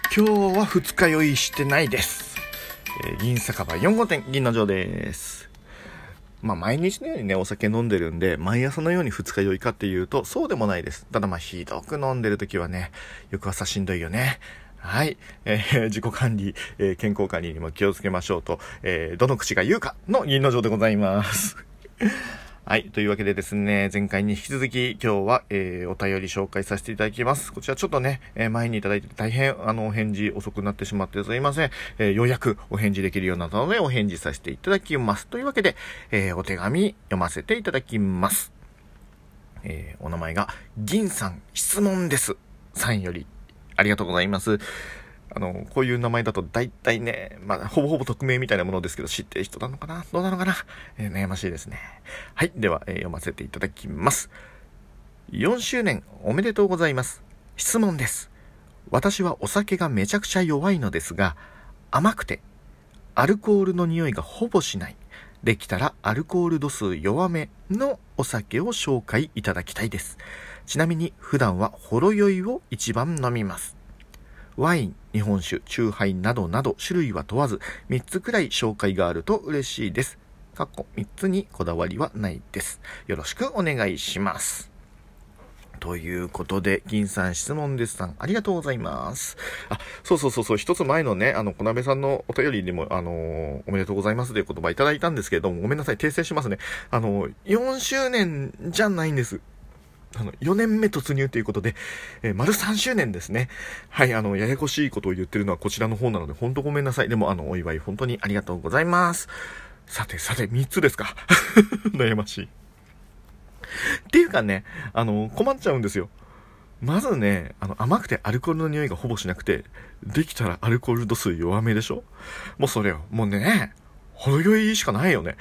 今日は二日酔いしてないです。銀酒場4号店銀の城です。毎日のようにねお酒飲んでるんで、毎朝のように二日酔いかっていうとそうでもないです。ただひどく飲んでる時はね、翌朝しんどいよね。はい、自己管理、健康管理にも気をつけましょうと、どの口が言うかの銀の城でございますはい。というわけでですね、前回に引き続き今日は、お便り紹介させていただきます。こちらちょっとね、前にいただいて大変お返事遅くなってしまってすいません。ようやくお返事できるようになったのでお返事させていただきます。というわけで、お手紙読ませていただきます。お名前が銀さん質問ですさんよりありがとうございます。こういう名前だと大体ね、ほぼほぼ匿名みたいなものですけど、知ってる人なのかなどうなのかな、悩ましいですね。はい。では、読ませていただきます。4周年おめでとうございます。質問です。私はお酒がめちゃくちゃ弱いのですが、甘くて、アルコールの匂いがほぼしない。できたらアルコール度数弱めのお酒を紹介いただきたいです。ちなみに普段はほろ酔いを一番飲みます。ワイン、日本酒、チューハイなどなど種類は問わず3つくらい紹介があると嬉しいです。3つにこだわりはないです。よろしくお願いします。ということで、銀さん質問ですさん、ありがとうございます。そう、一つ前のね、小鍋さんのお便りにも、おめでとうございますという言葉いただいたんですけれども、ごめんなさい、訂正しますね。4周年じゃないんです。4年目突入ということで、丸3周年ですね。はい、ややこしいことを言ってるのはこちらの方なので、ほんとごめんなさい。でも、お祝い本当にありがとうございます。さて、3つですか。悩ましい。っていうかね、困っちゃうんですよ。まずね、甘くてアルコールの匂いがほぼしなくて、できたらアルコール度数弱めでしょ？もうそれよ。もうね、ほろ酔いしかないよね。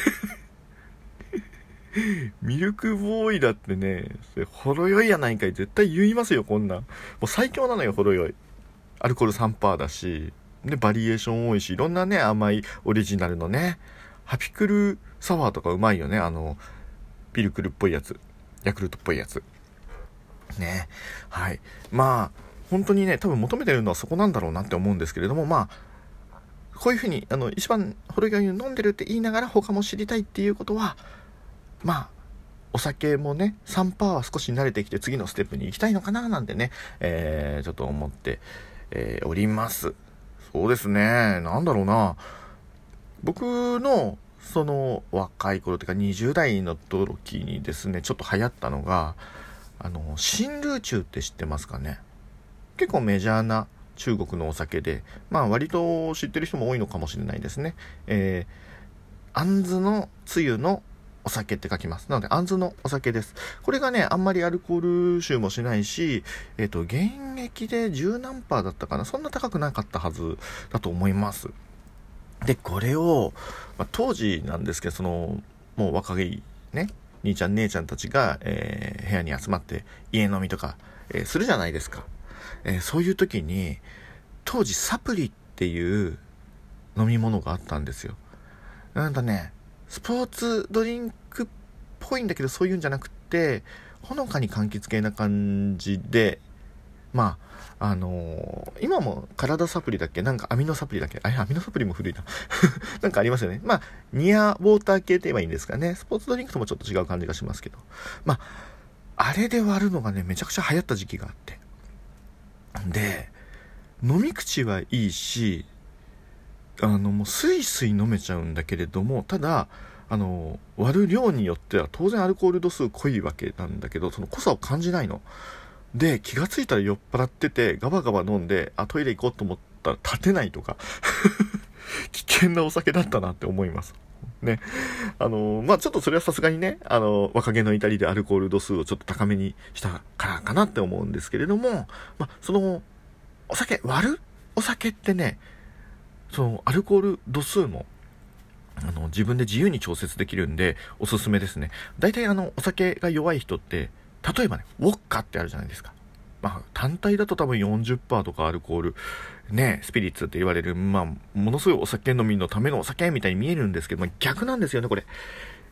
ミルクボーイだってね、ほろ酔いやないかい絶対言いますよ、こんなん。もう最強なのよ、ほろ酔い。アルコール 3% だし、で、バリエーション多いし、いろんなね、甘いオリジナルのね、ハピクルサワーとかうまいよね、ピルクルっぽいやつ。ヤクルトっぽいやつ。ね。はい。本当にね、多分求めてるのはそこなんだろうなって思うんですけれども、こういうふうに、一番ほろ酔いを飲んでるって言いながら他も知りたいっていうことは、お酒もね 3% は少し慣れてきて次のステップに行きたいのかななんてね、ちょっと思って、おります。そうですね、なんだろうな、僕のその若い頃というか20代の時にですね、ちょっと流行ったのが新ルーチューって知ってますかね。結構メジャーな中国のお酒で、割と知ってる人も多いのかもしれないですね。あんずのつゆのお酒って書きます。なので、あんずのお酒です。これがね、あんまりアルコール臭もしないし、原液で10何%だったかな。そんな高くなかったはずだと思います。で、これを、当時なんですけど、もう若いね、兄ちゃん姉ちゃんたちが、部屋に集まって家飲みとか、するじゃないですか。そういう時に、当時サプリっていう飲み物があったんですよ。なんだね、スポーツドリンクっぽいんだけどそういうんじゃなくて、ほのかに柑橘系な感じで、今も体サプリだっけ、なんかアミノサプリだっけ、アミノサプリも古いななんかありますよね。ニアウォーター系って言えばいいんですかね。スポーツドリンクともちょっと違う感じがしますけど、あれで割るのがねめちゃくちゃ流行った時期があって、で飲み口はいいし、もうスイスイ飲めちゃうんだけれども、ただ割る量によっては当然アルコール度数濃いわけなんだけど、その濃さを感じないので、気がついたら酔っ払っててガバガバ飲んでトイレ行こうと思ったら立てないとか危険なお酒だったなって思いますね。ちょっとそれはさすがにね、若気の至りでアルコール度数をちょっと高めにしたからかなって思うんですけれども、そのお酒割るお酒ってね、そのアルコール度数も自分で自由に調節できるんでおすすめですね。大体お酒が弱い人って、例えばねウォッカってあるじゃないですか。単体だと多分 40% とかアルコールね、スピリッツって言われるものすごいお酒飲みのためのお酒みたいに見えるんですけど、逆なんですよねこれ。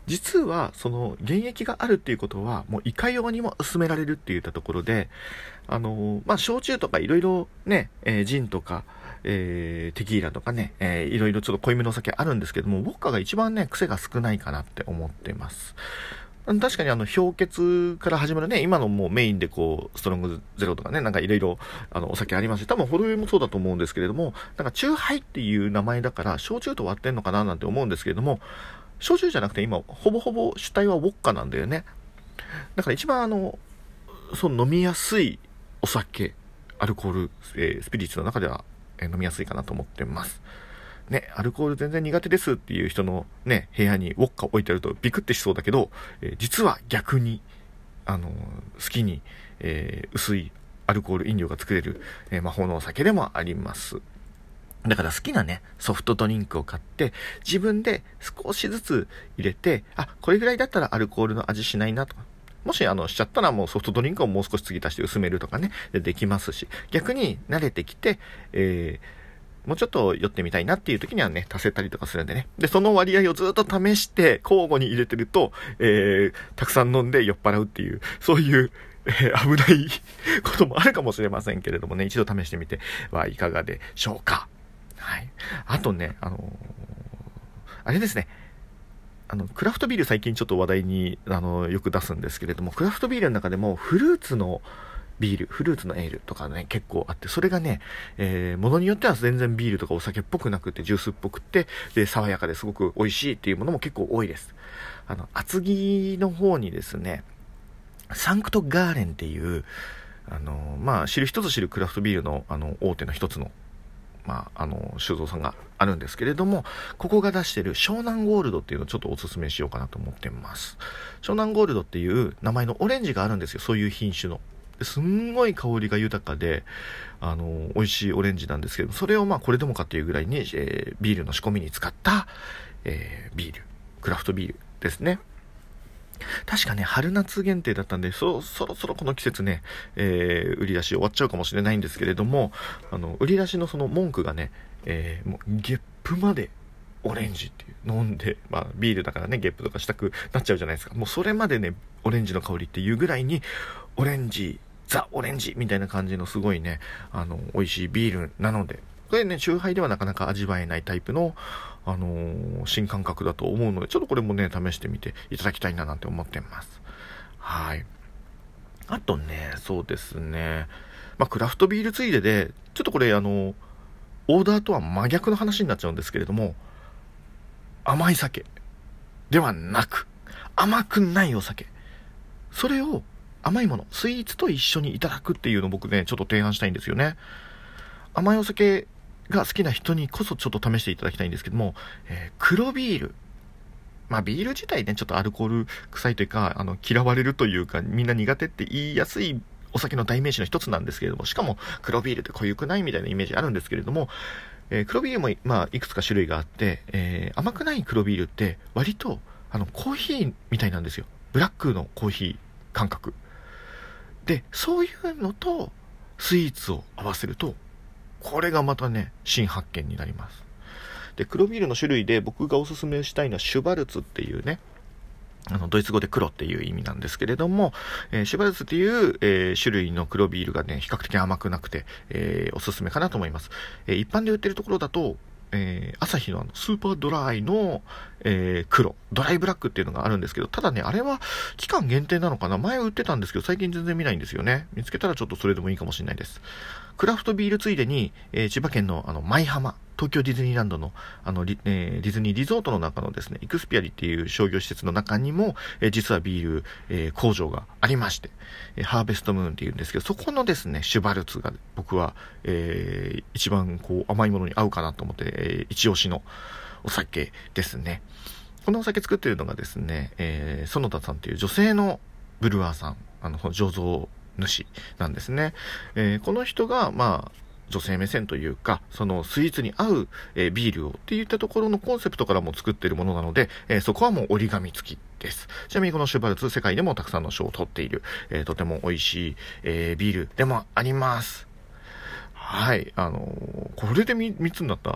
実はその原液があるっていうことはもういかようにも薄められるっていったところで、焼酎とかいろいろね、ジンとか、テキーラとかね、いろいろちょっと濃いめのお酒あるんですけども、ウォッカが一番ね癖が少ないかなって思ってます。確かに氷結から始まるね、今のもうメインでこうストロングゼロとかね、なんかいろいろお酒ありますし、多分ほろ酔いもそうだと思うんですけれども、なんかチューハイっていう名前だから焼酎と割ってんのかななんて思うんですけれども、焼酎じゃなくて今ほぼほぼ主体はウォッカなんだよね。だから一番その飲みやすいお酒、アルコール、スピリッツの中では、飲みやすいかなと思ってます。ね、アルコール全然苦手ですっていう人のね、部屋にウォッカ置いてあるとビクってしそうだけど、実は逆に、好きに、薄いアルコール飲料が作れる、魔法のお酒でもあります。だから好きなね、ソフトドリンクを買って、自分で少しずつ入れて、これぐらいだったらアルコールの味しないなとか、もししちゃったらもうソフトドリンクをもう少し継ぎ足して薄めるとかね、できますし、逆に慣れてきて、もうちょっと酔ってみたいなっていう時にはね、足せたりとかするんでね。で、その割合をずっと試して、交互に入れてると、たくさん飲んで酔っ払うっていう、そういう、危ないこともあるかもしれませんけれどもね、一度試してみてはいかがでしょうか。はい。あとね、あれですね。クラフトビール最近ちょっと話題に、よく出すんですけれども、クラフトビールの中でもフルーツのビール、フルーツのエールとかね、結構あって、それがね、ものによっては全然ビールとかお酒っぽくなくて、ジュースっぽくって、で、爽やかですごく美味しいっていうものも結構多いです。厚木の方にですね、サンクトガーレンっていう、知る一つ知るクラフトビールの、大手の一つの、酒造さんがあるんですけれども、ここが出してる湘南ゴールドっていうのをちょっとおすすめしようかなと思ってます。湘南ゴールドっていう名前のオレンジがあるんですよ、そういう品種の。すんごい香りが豊かで、美味しいオレンジなんですけど、それをこれでもかっていうぐらいに、ビールの仕込みに使った、ビール、クラフトビールですね。確かね、春夏限定だったんで、そろそろこの季節ね、売り出し終わっちゃうかもしれないんですけれども、売り出しのその文句がね、もうゲップまでオレンジっていう飲んで、ビールだからね、ゲップとかしたくなっちゃうじゃないですか。もうそれまでね、オレンジの香りっていうぐらいに、オレンジ、ザ・オレンジみたいな感じのすごいね、美味しいビールなので、これね、酎ハイではなかなか味わえないタイプの、新感覚だと思うので、ちょっとこれもね、試してみていただきたいななんて思ってます。はい。あとね、そうですね、クラフトビールついでで、ちょっとこれオーダーとは真逆の話になっちゃうんですけれども、甘い酒ではなく、甘くないお酒。それを甘いもの、スイーツと一緒にいただくっていうのを僕ね、ちょっと提案したいんですよね。甘いお酒が好きな人にこそちょっと試していただきたいんですけども、黒ビール。ビール自体ね、ちょっとアルコール臭いというか、嫌われるというか、みんな苦手って言いやすいお酒の代名詞の一つなんですけれども、しかも黒ビールって濃ゆくないみたいなイメージあるんですけれども、黒ビールもいくつか種類があって、甘くない黒ビールって割とコーヒーみたいなんですよ。ブラックのコーヒー感覚で、そういうのとスイーツを合わせると、これがまたね、新発見になります。で、黒ビールの種類で僕がおすすめしたいのはシュバルツっていうね、ドイツ語で黒っていう意味なんですけれども、シュバルツっていう、種類の黒ビールがね、比較的甘くなくて、おすすめかなと思います。一般で売ってるところだと、アサヒのスーパードライの、黒、ドライブラックっていうのがあるんですけど、ただね、あれは期間限定なのかな、前売ってたんですけど、最近全然見ないんですよね。見つけたらちょっとそれでもいいかもしれないです。クラフトビールついでに、千葉県の舞浜、東京ディズニーランドのディズニーリゾートの中のですね、イクスピアリっていう商業施設の中にも、実はビール、工場がありまして、ハーベストムーンっていうんですけど、そこのですね、シュバルツが僕は、一番こう甘いものに合うかなと思って、一押しのお酒ですね。このお酒作っているのがですね、園田さんという女性のブルワーさん、醸造主なんですね。この人が女性目線というか、そのスイーツに合う、ビールをっていったところのコンセプトからも作っているものなので、そこはもう折り紙付きです。ちなみにこのシュバルツ、世界でもたくさんの賞を取っている、とても美味しい、ビールでもあります。はい、これで3つになった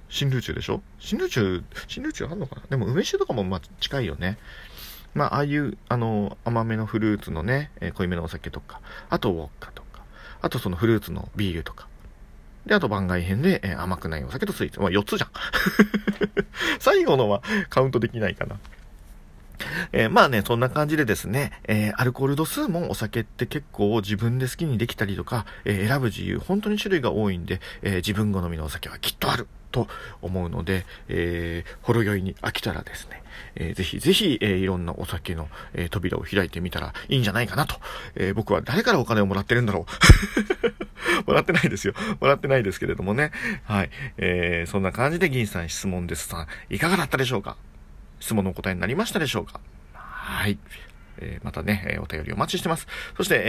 新流中でしょ。新流中あんのかな。でも梅酒とかもまあ近いよね。まあああいう甘めのフルーツのね、濃いめのお酒とか、あとウォッカとか、あとそのフルーツのビールとかで、あと番外編で、甘くないお酒とスイーツ。まあ4つじゃん。最後のはカウントできないかな。まあね、そんな感じでですね、アルコール度数もお酒って結構自分で好きにできたりとか、選ぶ自由、本当に種類が多いんで、自分好みのお酒はきっとあると思うので、ほろ酔いに飽きたらですね、ぜひぜひ、いろんなお酒の、扉を開いてみたらいいんじゃないかなと。僕は誰からお金をもらってるんだろう。もらってないですよ。もらってないですけれどもね。はい。そんな感じで銀さん質問ですさん、いかがだったでしょうか。質問のお答えになりましたでしょうか。はい。またね、お便りお待ちしてます。そして、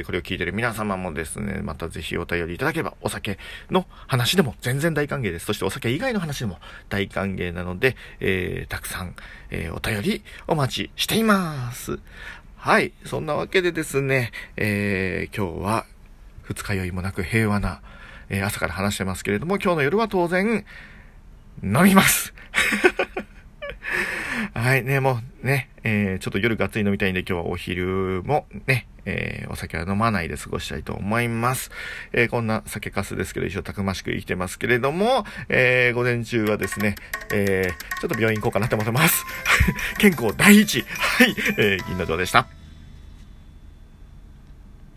これを聞いている皆様もですね、またぜひお便りいただければ、お酒の話でも全然大歓迎です。そしてお酒以外の話でも大歓迎なので、たくさん、お便りお待ちしています。はい。そんなわけでですね、今日は二日酔いもなく平和な、朝から話してますけれども、今日の夜は当然、飲みますはいね、もうね、ちょっと夜がっつり飲みたいんで今日はお昼もね、お酒は飲まないで過ごしたいと思います。こんな酒粕ですけど一応たくましく生きてますけれども、午前中はですね、ちょっと病院行こうかなって思ってます。健康第一。はい、銀の城でした。